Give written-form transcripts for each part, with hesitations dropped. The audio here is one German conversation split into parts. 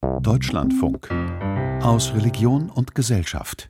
Deutschlandfunk. Aus Religion und Gesellschaft.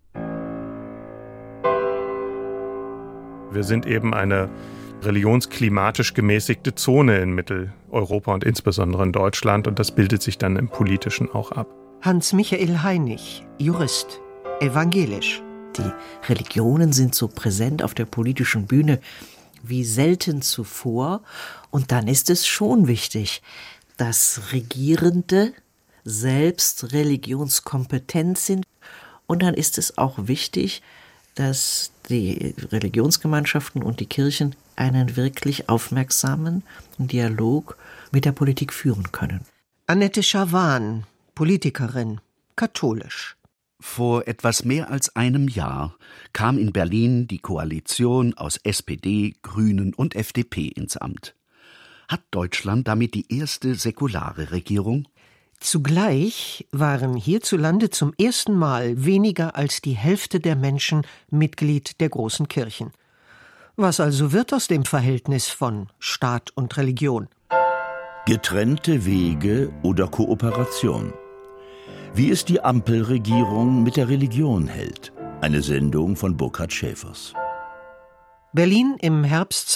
Wir sind eben eine religionsklimatisch gemäßigte Zone in Mitteleuropa und insbesondere in Deutschland, und das bildet sich dann im Politischen auch ab. Hans-Michael Heinig, Jurist, evangelisch. Die Religionen sind so präsent auf der politischen Bühne wie selten zuvor. Und dann ist es schon wichtig, dass Regierende selbst religionskompetent sind. Und dann ist es auch wichtig, dass die Religionsgemeinschaften und die Kirchen einen wirklich aufmerksamen Dialog mit der Politik führen können. Annette Schawan, Politikerin, katholisch. Vor etwas mehr als einem Jahr kam in Berlin die Koalition aus SPD, Grünen und FDP ins Amt. Hat Deutschland damit die erste säkulare Regierung? Zugleich waren hierzulande zum ersten Mal weniger als die Hälfte der Menschen Mitglied der großen Kirchen. Was also wird aus dem Verhältnis von Staat und Religion? Getrennte Wege oder Kooperation? Wie es die Ampelregierung mit der Religion hält. Eine Sendung von Burkhard Schäfers. Berlin im Herbst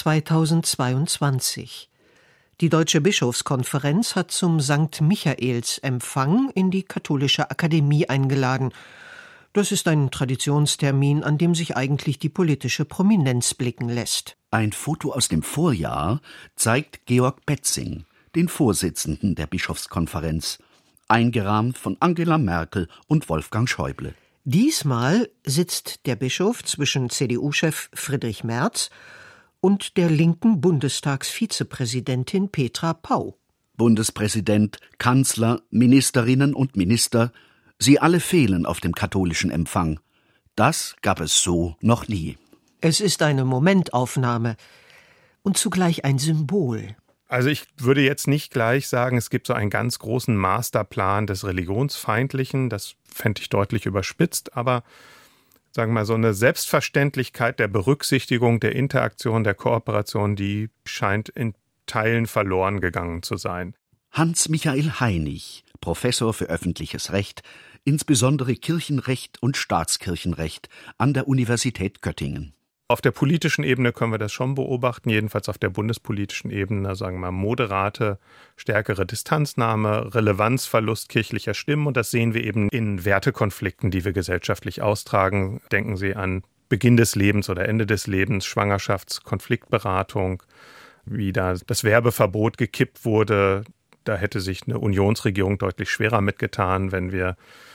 2022. Die Deutsche Bischofskonferenz hat zum St. Michaelsempfang in die Katholische Akademie eingeladen. Das ist ein Traditionstermin, an dem sich eigentlich die politische Prominenz blicken lässt. Ein Foto aus dem Vorjahr zeigt Georg Betzing, den Vorsitzenden der Bischofskonferenz, eingerahmt von Angela Merkel und Wolfgang Schäuble. Diesmal sitzt der Bischof zwischen CDU-Chef Friedrich Merz und der linken Bundestagsvizepräsidentin Petra Pau. Bundespräsident, Kanzler, Ministerinnen und Minister, sie alle fehlen auf dem katholischen Empfang. Das gab es so noch nie. Es ist eine Momentaufnahme und zugleich ein Symbol. Also ich würde jetzt nicht gleich sagen, es gibt so einen ganz großen Masterplan des Religionsfeindlichen. Das fände ich deutlich überspitzt, aber sagen wir mal, so eine Selbstverständlichkeit der Berücksichtigung, der Interaktion, der Kooperation, die scheint in Teilen verloren gegangen zu sein. Hans-Michael Heinig, Professor für öffentliches Recht, insbesondere Kirchenrecht und Staatskirchenrecht an der Universität Göttingen. Auf der politischen Ebene können wir das schon beobachten, jedenfalls auf der bundespolitischen Ebene, sagen wir mal, moderate, stärkere Distanznahme, Relevanzverlust kirchlicher Stimmen, und das sehen wir eben in Wertekonflikten, die wir gesellschaftlich austragen. Denken Sie an Beginn des Lebens oder Ende des Lebens, Schwangerschaftskonfliktberatung, wie da das Werbeverbot gekippt wurde. Da hätte sich eine Unionsregierung deutlich schwerer mitgetan, wenn wir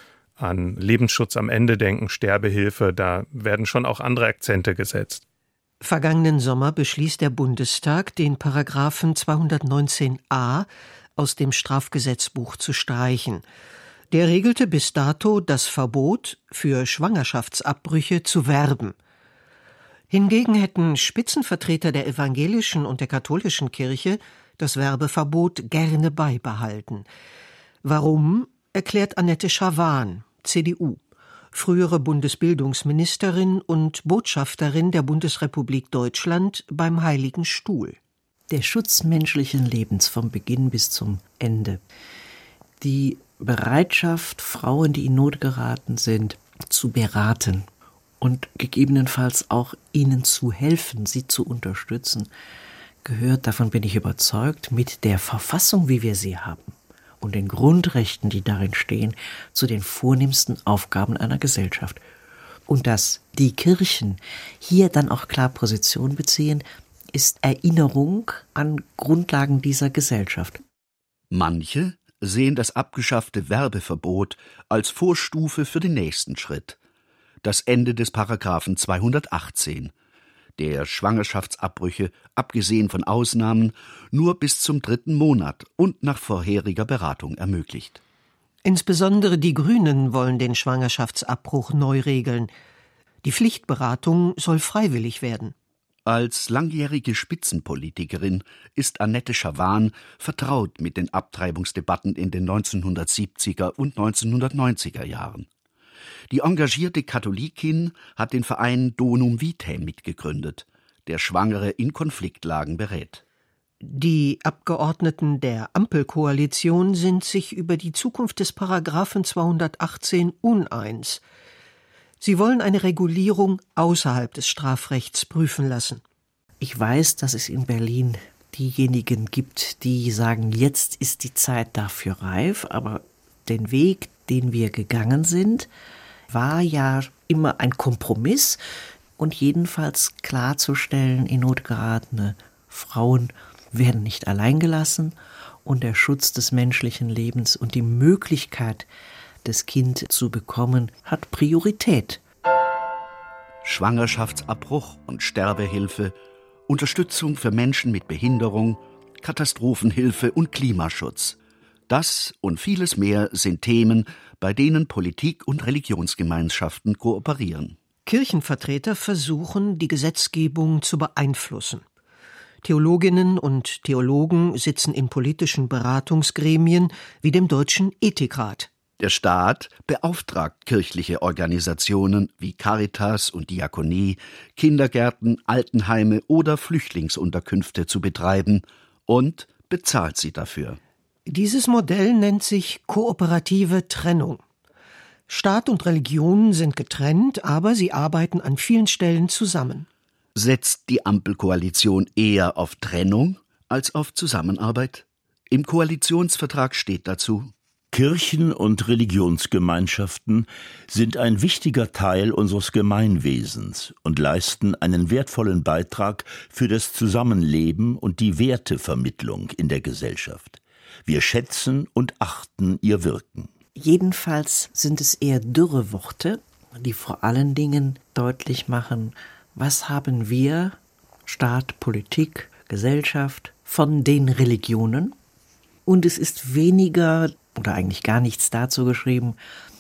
an Lebensschutz am Ende denken, Sterbehilfe, da werden schon auch andere Akzente gesetzt. Vergangenen Sommer beschließt der Bundestag, den Paragraphen 219a aus dem Strafgesetzbuch zu streichen. Der regelte bis dato das Verbot, für Schwangerschaftsabbrüche zu werben. Hingegen hätten Spitzenvertreter der evangelischen und der katholischen Kirche das Werbeverbot gerne beibehalten. Warum, erklärt Annette Schawan, CDU, frühere Bundesbildungsministerin und Botschafterin der Bundesrepublik Deutschland beim Heiligen Stuhl. Der Schutz menschlichen Lebens vom Beginn bis zum Ende. Die Bereitschaft, Frauen, die in Not geraten sind, zu beraten und gegebenenfalls auch ihnen zu helfen, sie zu unterstützen, gehört, davon bin ich überzeugt, mit der Verfassung, wie wir sie haben, und den Grundrechten, die darin stehen, zu den vornehmsten Aufgaben einer Gesellschaft. Und dass die Kirchen hier dann auch klar Position beziehen, ist Erinnerung an Grundlagen dieser Gesellschaft. Manche sehen das abgeschaffte Werbeverbot als Vorstufe für den nächsten Schritt. Das Ende des Paragraphen 218, der Schwangerschaftsabbrüche, abgesehen von Ausnahmen, nur bis zum 3. Monat und nach vorheriger Beratung ermöglicht. Insbesondere die Grünen wollen den Schwangerschaftsabbruch neu regeln. Die Pflichtberatung soll freiwillig werden. Als langjährige Spitzenpolitikerin ist Annette Schawan vertraut mit den Abtreibungsdebatten in den 1970er und 1990er Jahren. Die engagierte Katholikin hat den Verein Donum Vitae mitgegründet, der Schwangere in Konfliktlagen berät. Die Abgeordneten der Ampelkoalition sind sich über die Zukunft des Paragraphen 218 uneins. Sie wollen eine Regulierung außerhalb des Strafrechts prüfen lassen. Ich weiß, dass es in Berlin diejenigen gibt, die sagen, jetzt ist die Zeit dafür reif, aber den Weg, den wir gegangen sind, war ja immer ein Kompromiss und jedenfalls klarzustellen, in Not geratene Frauen werden nicht allein gelassen und der Schutz des menschlichen Lebens und die Möglichkeit, das Kind zu bekommen, hat Priorität. Schwangerschaftsabbruch und Sterbehilfe, Unterstützung für Menschen mit Behinderung, Katastrophenhilfe und Klimaschutz. Das und vieles mehr sind Themen, bei denen Politik und Religionsgemeinschaften kooperieren. Kirchenvertreter versuchen, die Gesetzgebung zu beeinflussen. Theologinnen und Theologen sitzen in politischen Beratungsgremien wie dem Deutschen Ethikrat. Der Staat beauftragt kirchliche Organisationen wie Caritas und Diakonie, Kindergärten, Altenheime oder Flüchtlingsunterkünfte zu betreiben und bezahlt sie dafür. Dieses Modell nennt sich kooperative Trennung. Staat und Religion sind getrennt, aber sie arbeiten an vielen Stellen zusammen. Setzt die Ampelkoalition eher auf Trennung als auf Zusammenarbeit? Im Koalitionsvertrag steht dazu: Kirchen und Religionsgemeinschaften sind ein wichtiger Teil unseres Gemeinwesens und leisten einen wertvollen Beitrag für das Zusammenleben und die Wertevermittlung in der Gesellschaft. Wir schätzen und achten ihr Wirken. Jedenfalls sind es eher dürre Worte, die vor allen Dingen deutlich machen, was haben wir, Staat, Politik, Gesellschaft, von den Religionen? Und es ist weniger oder eigentlich gar nichts dazu geschrieben,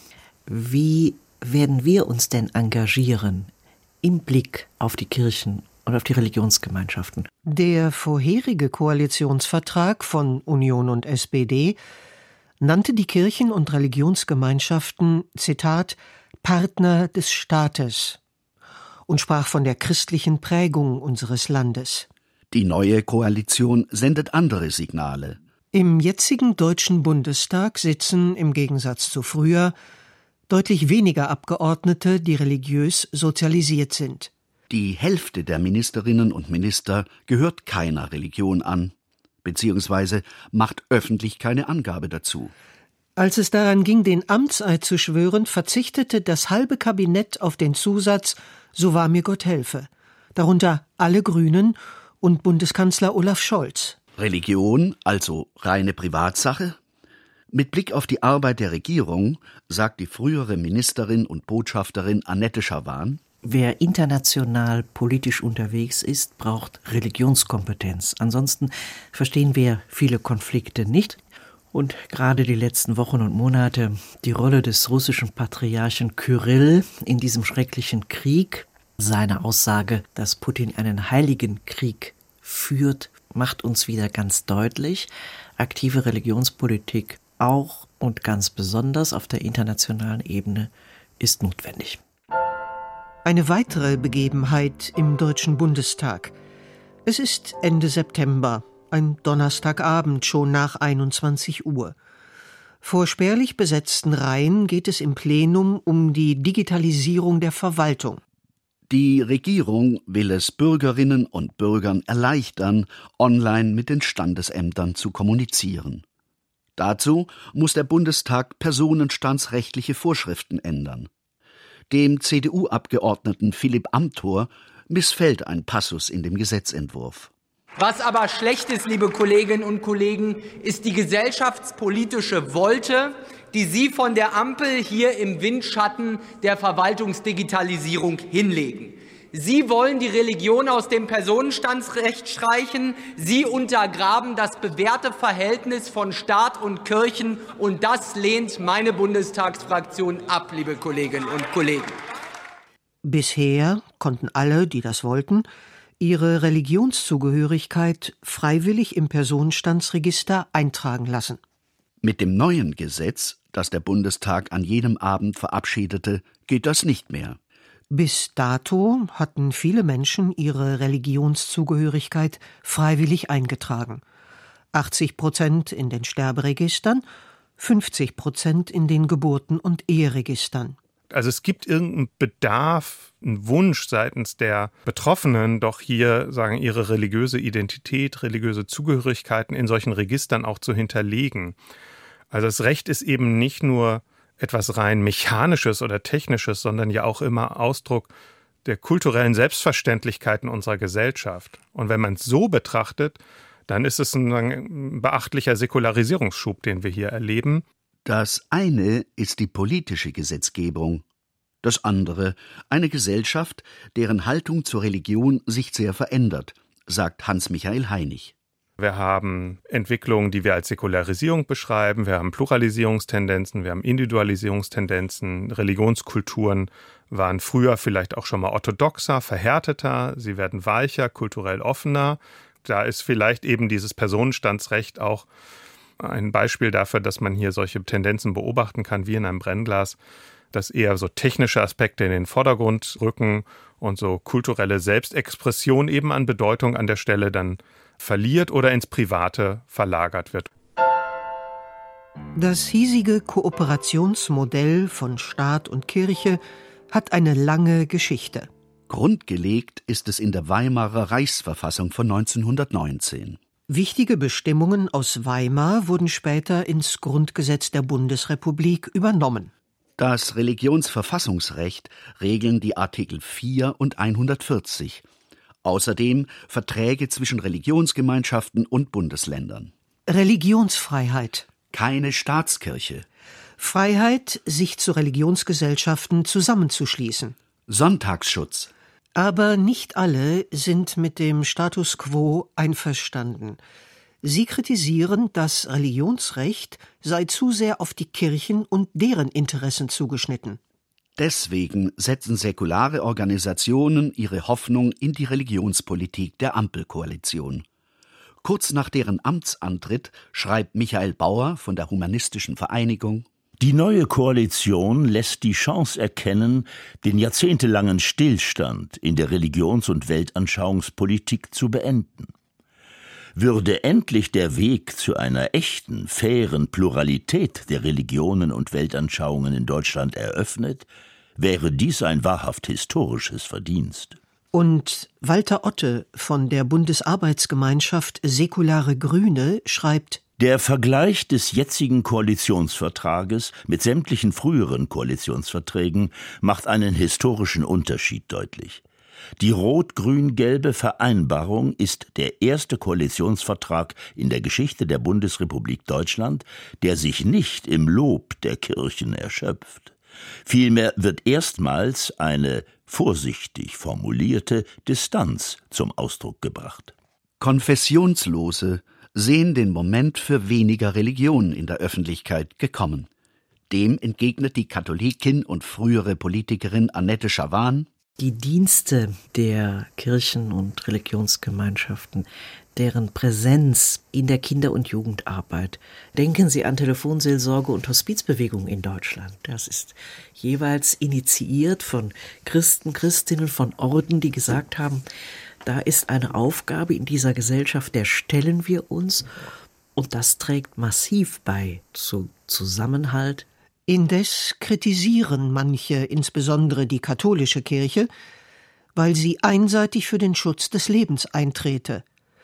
wie werden wir uns denn engagieren im Blick auf die Kirchen und auf die Religionsgemeinschaften. Der vorherige Koalitionsvertrag von Union und SPD nannte die Kirchen- und Religionsgemeinschaften, Zitat, Partner des Staates und sprach von der christlichen Prägung unseres Landes. Die neue Koalition sendet andere Signale. Im jetzigen Deutschen Bundestag sitzen, im Gegensatz zu früher, deutlich weniger Abgeordnete, die religiös sozialisiert sind. Die Hälfte der Ministerinnen und Minister gehört keiner Religion an, beziehungsweise macht öffentlich keine Angabe dazu. Als es daran ging, den Amtseid zu schwören, verzichtete das halbe Kabinett auf den Zusatz »So wahr mir Gott helfe«, darunter alle Grünen und Bundeskanzler Olaf Scholz. Religion, also reine Privatsache? Mit Blick auf die Arbeit der Regierung, sagt die frühere Ministerin und Botschafterin Annette Schavan: Wer international politisch unterwegs ist, braucht Religionskompetenz. Ansonsten verstehen wir viele Konflikte nicht. Und gerade die letzten Wochen und Monate, die Rolle des russischen Patriarchen Kyrill in diesem schrecklichen Krieg, seine Aussage, dass Putin einen heiligen Krieg führt, macht uns wieder ganz deutlich, aktive Religionspolitik auch und ganz besonders auf der internationalen Ebene ist notwendig. Eine weitere Begebenheit im Deutschen Bundestag. Es ist Ende September, ein Donnerstagabend, schon nach 21 Uhr. Vor spärlich besetzten Reihen geht es im Plenum um die Digitalisierung der Verwaltung. Die Regierung will es Bürgerinnen und Bürgern erleichtern, online mit den Standesämtern zu kommunizieren. Dazu muss der Bundestag personenstandsrechtliche Vorschriften ändern. Dem CDU-Abgeordneten Philipp Amthor missfällt ein Passus in dem Gesetzentwurf. Was aber schlecht ist, liebe Kolleginnen und Kollegen, ist die gesellschaftspolitische Wolte, die Sie von der Ampel hier im Windschatten der Verwaltungsdigitalisierung hinlegen. Sie wollen die Religion aus dem Personenstandsrecht streichen. Sie untergraben das bewährte Verhältnis von Staat und Kirchen. Und das lehnt meine Bundestagsfraktion ab, liebe Kolleginnen und Kollegen. Bisher konnten alle, die das wollten, ihre Religionszugehörigkeit freiwillig im Personenstandsregister eintragen lassen. Mit dem neuen Gesetz, das der Bundestag an jenem Abend verabschiedete, geht das nicht mehr. Bis dato hatten viele Menschen ihre Religionszugehörigkeit freiwillig eingetragen. 80% in den Sterberegistern, 50% in den Geburten- und Eheregistern. Also es gibt irgendeinen Bedarf, einen Wunsch seitens der Betroffenen, doch hier ihre religiöse Identität, religiöse Zugehörigkeiten in solchen Registern auch zu hinterlegen. Also das Recht ist eben nicht nur etwas rein Mechanisches oder Technisches, sondern ja auch immer Ausdruck der kulturellen Selbstverständlichkeiten unserer Gesellschaft. Und wenn man es so betrachtet, dann ist es ein beachtlicher Säkularisierungsschub, den wir hier erleben. Das eine ist die politische Gesetzgebung, das andere eine Gesellschaft, deren Haltung zur Religion sich sehr verändert, sagt Hans-Michael Heinig. Wir haben Entwicklungen, die wir als Säkularisierung beschreiben, wir haben Pluralisierungstendenzen, wir haben Individualisierungstendenzen, Religionskulturen waren früher vielleicht auch schon mal orthodoxer, verhärteter, sie werden weicher, kulturell offener. Da ist vielleicht eben dieses Personenstandsrecht auch ein Beispiel dafür, dass man hier solche Tendenzen beobachten kann, wie in einem Brennglas, dass eher so technische Aspekte in den Vordergrund rücken und so kulturelle Selbstexpression eben an Bedeutung an der Stelle dann verliert oder ins Private verlagert wird. Das hiesige Kooperationsmodell von Staat und Kirche hat eine lange Geschichte. Grundgelegt ist es in der Weimarer Reichsverfassung von 1919. Wichtige Bestimmungen aus Weimar wurden später ins Grundgesetz der Bundesrepublik übernommen. Das Religionsverfassungsrecht regeln die Artikel 4 und 140. Außerdem Verträge zwischen Religionsgemeinschaften und Bundesländern. Religionsfreiheit. Keine Staatskirche. Freiheit, sich zu Religionsgesellschaften zusammenzuschließen. Sonntagsschutz. Aber nicht alle sind mit dem Status quo einverstanden. Sie kritisieren, das Religionsrecht sei zu sehr auf die Kirchen und deren Interessen zugeschnitten. Deswegen setzen säkulare Organisationen ihre Hoffnung in die Religionspolitik der Ampelkoalition. Kurz nach deren Amtsantritt schreibt Michael Bauer von der Humanistischen Vereinigung: Die neue Koalition lässt die Chance erkennen, den jahrzehntelangen Stillstand in der Religions- und Weltanschauungspolitik zu beenden. Würde endlich der Weg zu einer echten, fairen Pluralität der Religionen und Weltanschauungen in Deutschland eröffnet, wäre dies ein wahrhaft historisches Verdienst. Und Walter Otte von der Bundesarbeitsgemeinschaft Säkulare Grüne schreibt: Der Vergleich des jetzigen Koalitionsvertrages mit sämtlichen früheren Koalitionsverträgen macht einen historischen Unterschied deutlich. Die rot-grün-gelbe Vereinbarung ist der erste Koalitionsvertrag in der Geschichte der Bundesrepublik Deutschland, der sich nicht im Lob der Kirchen erschöpft. Vielmehr wird erstmals eine vorsichtig formulierte Distanz zum Ausdruck gebracht. Konfessionslose sehen den Moment für weniger Religion in der Öffentlichkeit gekommen. Dem entgegnet die Katholikin und frühere Politikerin Annette Schawan: Die Dienste der Kirchen und Religionsgemeinschaften, deren Präsenz in der Kinder- und Jugendarbeit. Denken Sie an Telefonseelsorge und Hospizbewegung in Deutschland. Das ist jeweils initiiert von Christen, Christinnen, von Orden, die gesagt haben, da ist eine Aufgabe in dieser Gesellschaft, der stellen wir uns. Und das trägt massiv bei zu Zusammenhalt. Indes kritisieren manche, insbesondere die katholische Kirche, weil sie einseitig für den Schutz des Lebens eintrete.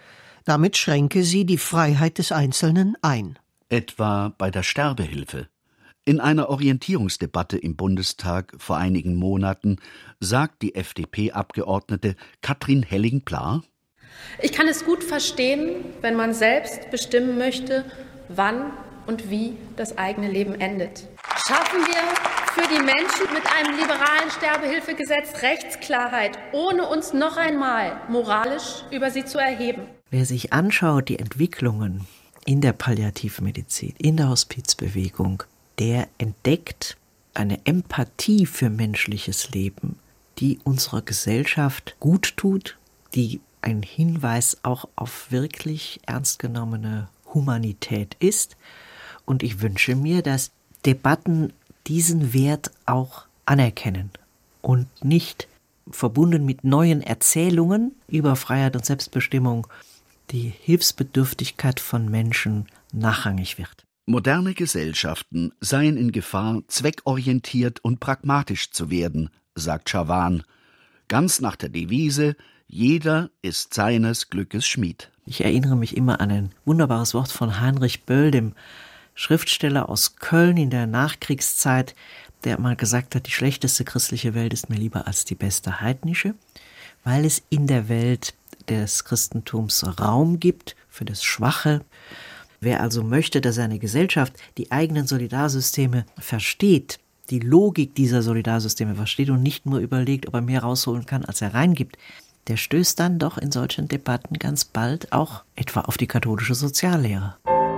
Damit schränke sie die Freiheit des Einzelnen ein. Etwa bei der Sterbehilfe. In einer Orientierungsdebatte im Bundestag vor einigen Monaten sagt die FDP-Abgeordnete Katrin Helling-Pla: Ich kann es gut verstehen, wenn man selbst bestimmen möchte, wann und wie das eigene Leben endet. Schaffen wir für die Menschen mit einem liberalen Sterbehilfegesetz Rechtsklarheit, ohne uns noch einmal moralisch über sie zu erheben. Wer sich anschaut, die Entwicklungen in der Palliativmedizin, in der Hospizbewegung, der entdeckt eine Empathie für menschliches Leben, die unserer Gesellschaft gut tut, die ein Hinweis auch auf wirklich ernst genommene Humanität ist. Und ich wünsche mir, dass Debatten diesen Wert auch anerkennen und nicht verbunden mit neuen Erzählungen über Freiheit und Selbstbestimmung die Hilfsbedürftigkeit von Menschen nachrangig wird. Moderne Gesellschaften seien in Gefahr, zweckorientiert und pragmatisch zu werden, sagt Schawan, ganz nach der Devise, jeder ist seines Glückes Schmied. Ich erinnere mich immer an ein wunderbares Wort von Heinrich Böll, dem Schriftsteller aus Köln in der Nachkriegszeit, der mal gesagt hat, die schlechteste christliche Welt ist mir lieber als die beste heidnische, weil es in der Welt des Christentums Raum gibt für das Schwache. Wer also möchte, dass seine Gesellschaft die eigenen Solidarsysteme versteht, die Logik dieser Solidarsysteme versteht und nicht nur überlegt, ob er mehr rausholen kann, als er reingibt, der stößt dann doch in solchen Debatten ganz bald auch etwa auf die katholische Soziallehre.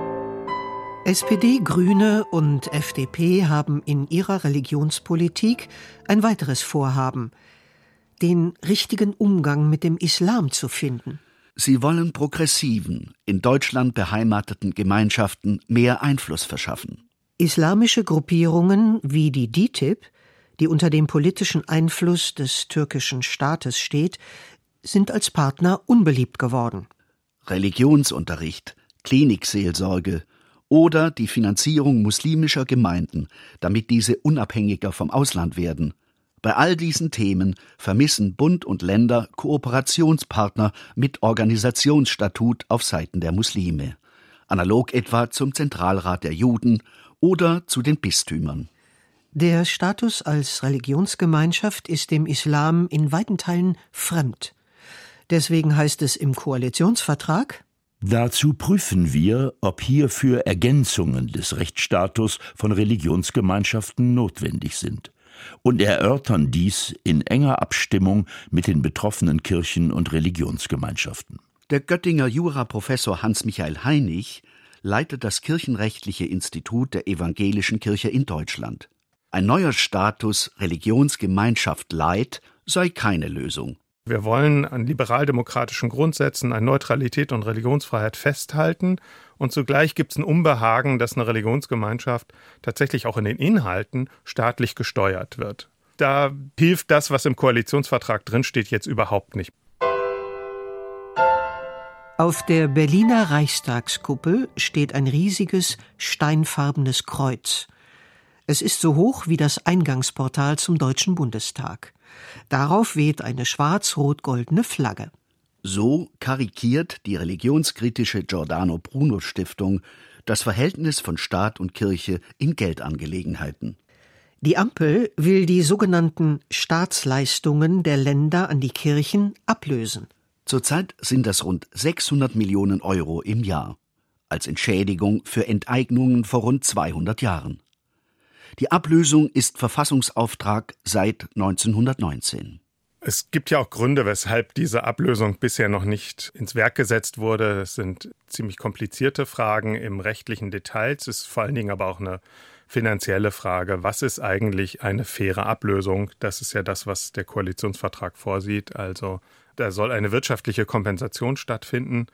SPD, Grüne und FDP haben in ihrer Religionspolitik ein weiteres Vorhaben, den richtigen Umgang mit dem Islam zu finden. Sie wollen progressiven, in Deutschland beheimateten Gemeinschaften mehr Einfluss verschaffen. Islamische Gruppierungen wie die DİTİB, die unter dem politischen Einfluss des türkischen Staates steht, sind als Partner unbeliebt geworden. Religionsunterricht, Klinikseelsorge oder die Finanzierung muslimischer Gemeinden, damit diese unabhängiger vom Ausland werden. Bei all diesen Themen vermissen Bund und Länder Kooperationspartner mit Organisationsstatut auf Seiten der Muslime, analog etwa zum Zentralrat der Juden oder zu den Bistümern. Der Status als Religionsgemeinschaft ist dem Islam in weiten Teilen fremd. Deswegen heißt es im Koalitionsvertrag: Dazu prüfen wir, ob hierfür Ergänzungen des Rechtsstatus von Religionsgemeinschaften notwendig sind und erörtern dies in enger Abstimmung mit den betroffenen Kirchen- und Religionsgemeinschaften. Der Göttinger Juraprofessor Hans-Michael Heinig leitet das Kirchenrechtliche Institut der Evangelischen Kirche in Deutschland. Ein neuer Status Religionsgemeinschaft Light sei keine Lösung. Wir wollen an liberaldemokratischen Grundsätzen, an Neutralität und Religionsfreiheit festhalten. Und zugleich gibt es ein Unbehagen, dass eine Religionsgemeinschaft tatsächlich auch in den Inhalten staatlich gesteuert wird. Da hilft das, was im Koalitionsvertrag drinsteht, jetzt überhaupt nicht. Auf der Berliner Reichstagskuppel steht ein riesiges, steinfarbenes Kreuz. Es ist so hoch wie das Eingangsportal zum Deutschen Bundestag. Darauf weht eine schwarz-rot-goldene Flagge. So karikiert die religionskritische Giordano Bruno Stiftung das Verhältnis von Staat und Kirche in Geldangelegenheiten. Die Ampel will die sogenannten Staatsleistungen der Länder an die Kirchen ablösen. Zurzeit sind das rund 600 Millionen Euro im Jahr, als Entschädigung für Enteignungen vor rund 200 Jahren. Die Ablösung ist Verfassungsauftrag seit 1919. Es gibt ja auch Gründe, weshalb diese Ablösung bisher noch nicht ins Werk gesetzt wurde. Es sind ziemlich komplizierte Fragen im rechtlichen Detail. Es ist vor allen Dingen aber auch eine finanzielle Frage. Was ist eigentlich eine faire Ablösung? Das ist ja das, was der Koalitionsvertrag vorsieht. Also da soll eine wirtschaftliche Kompensation stattfinden.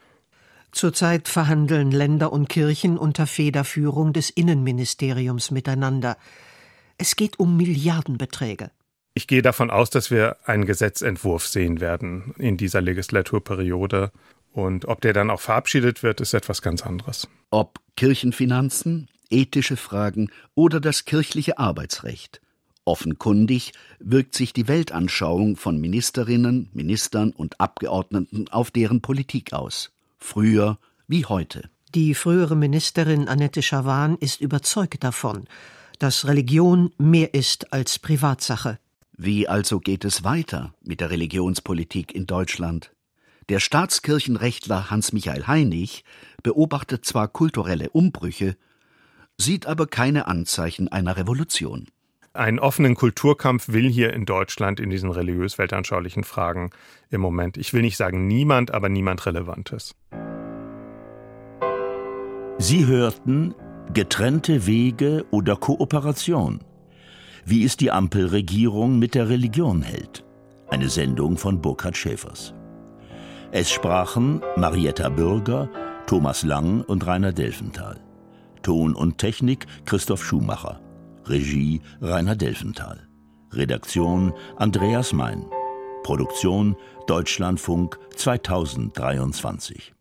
Zurzeit verhandeln Länder und Kirchen unter Federführung des Innenministeriums miteinander. Es geht um Milliardenbeträge. Ich gehe davon aus, dass wir einen Gesetzentwurf sehen werden in dieser Legislaturperiode. Und ob der dann auch verabschiedet wird, ist etwas ganz anderes. Ob Kirchenfinanzen, ethische Fragen oder das kirchliche Arbeitsrecht. Offenkundig wirkt sich die Weltanschauung von Ministerinnen, Ministern und Abgeordneten auf deren Politik aus. Früher wie heute. Die frühere Ministerin Annette Schawan ist überzeugt davon, dass Religion mehr ist als Privatsache. Wie also geht es weiter mit der Religionspolitik in Deutschland? Der Staatskirchenrechtler Hans-Michael Heinig beobachtet zwar kulturelle Umbrüche, sieht aber keine Anzeichen einer Revolution. Einen offenen Kulturkampf will hier in Deutschland in diesen religiös-weltanschaulichen Fragen im Moment, ich will nicht sagen niemand, aber niemand Relevantes. Sie hörten Getrennte Wege oder Kooperation. Wie es die Ampelregierung mit der Religion hält. Eine Sendung von Burkhard Schäfers. Es sprachen Marietta Bürger, Thomas Lang und Rainer Delfenthal. Ton und Technik Christoph Schumacher. Regie Rainer Delfenthal. Redaktion Andreas Mein. Produktion Deutschlandfunk 2023.